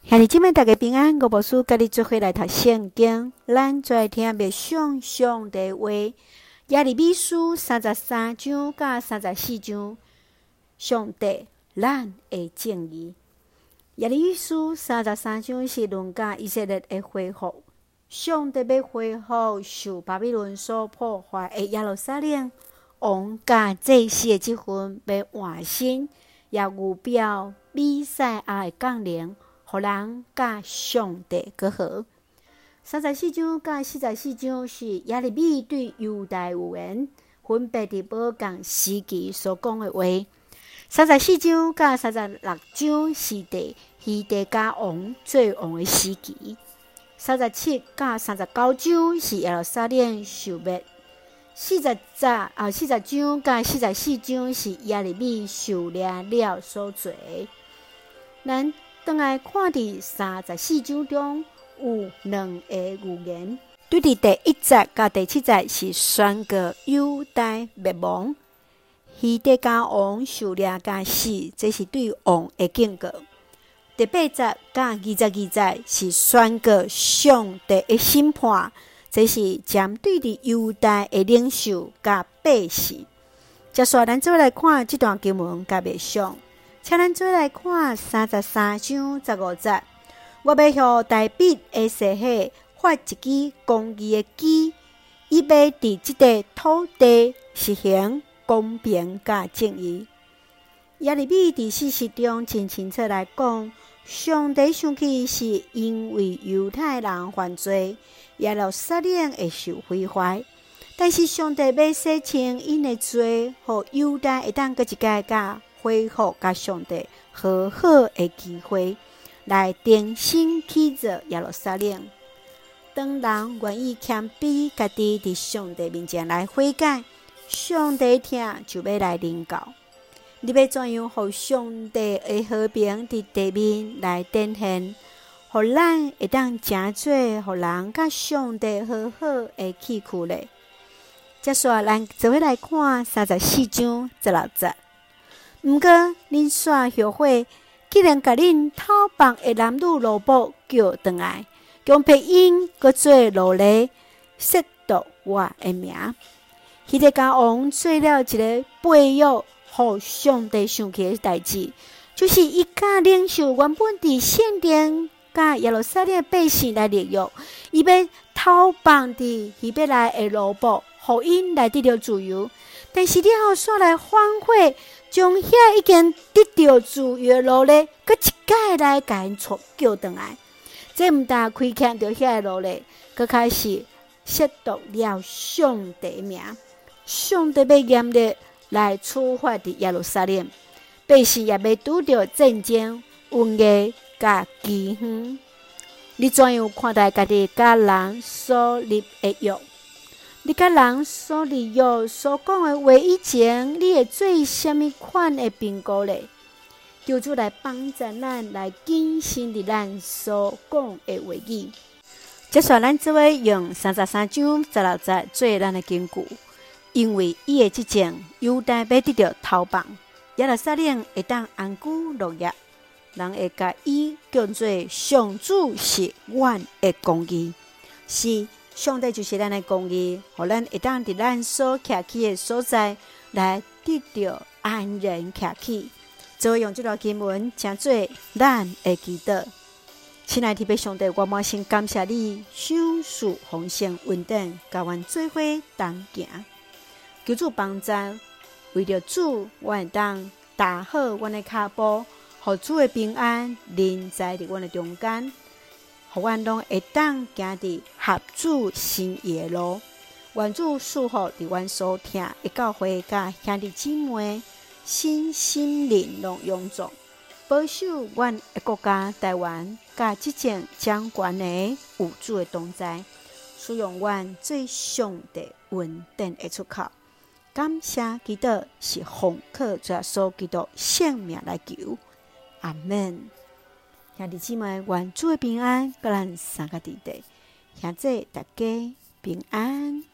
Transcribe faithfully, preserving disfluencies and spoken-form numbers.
兄弟姊妹大家平安，我无事甲你做伙来读圣经，咱做来听默想上帝话。耶利米书三十三章甲三十四章，上帝咱的正义。耶利米书三十三章是论讲以色列的恢复，上帝要恢复受巴比伦所破坏的耶路撒冷，王甲祭司的这份要换新，也预表弥赛亚的降临。互人甲上帝和好。三十四章甲四十四章是耶利米对犹大预言，分别伫不同时期所讲的话。三十四章甲三十六章是伫希底家王做王的时期。三十七甲三十九章是耶路撒冷受灭。四十章啊，四十章甲四十四章是耶利米受掠了所做。咱转来看伫三十四章中有两个预言，对伫第一节甲第七节是宣告犹大灭亡，希底家王受掠甲死，这是对王的警告。第八节甲二十二节是宣告上帝的审判，这是针对伫犹大的领袖甲百姓。接下来咱做来看这段经文甲默想。请咱做来看三十三章十五节。我要向大笔的世系发一支公义的旗，伊要伫即个土地实行公平甲正义。耶利米伫事实中真清楚来讲，上帝生气是因为犹太人犯罪，耶路撒冷会受毁坏。但是上帝要洗清因的罪，互犹大会当搁一届甲恢复甲上帝和好的机会，来重新起造耶路撒冷。当人愿意谦卑家己伫上帝面前来悔改，上帝听就要来领教。你要怎样互上帝的和平伫地面来展现，互咱会当诚做互人甲上帝和好的器具呢？接下来咱做伙来看三十四章十六节。毋过，恁煞后悔，既然甲恁偷放的男女奴仆叫转来，将配因搁做奴隶，亵渎我的名。希底家王做了一个背约，互上帝生气的代志，就是伊甲领袖原本伫圣殿甲耶路撒冷百姓来立约，伊要偷放伫希伯来的奴仆，互因来得到自由。但是了后煞来反悔，将遐已经得到自由的奴隶，搁一届来甲因错叫转来。这毋但亏欠着遐个奴隶，搁开始亵渎了上帝名。上帝要严厉来处罚伫耶路撒冷，百姓也要拄着战争、瘟疫甲饥荒。你怎样看待家己甲人所立的约？你甲人所立约所讲的话以前，你会做什么款的评估呢？求主来帮助咱来谨慎伫咱所讲的话语。接下来咱做伙用三十三章十六节做咱的根据，因为伊的即种犹大要得到逃亡，耶路撒冷会当安居乐业，人会甲伊叫做上主是阮的公义，是。上帝就是咱的公义，互咱会当伫咱所徛起的所在来得到安然徛起。做用这段经文，诚做咱的祈祷。亲爱的弟兄，上帝，我满心感谢你，赏赐丰盛稳定，甲阮做伙同行。求主帮助，为着主，我会当打好阮的脚步，互主的平安临在伫阮的中间。互阮拢会当行伫合主心意的路，愿主赐福伫阮所听的教会甲兄弟姊妹，身心灵拢永驻，保守阮的国家台湾，甲即种掌权的有主的同在，使用阮最上帝稳定的出口。感谢祈祷是奉靠主耶稣基督圣名来求，阿门。兄弟姊妹，愿主的平安，甲咱三个弟弟，兄弟大家平安。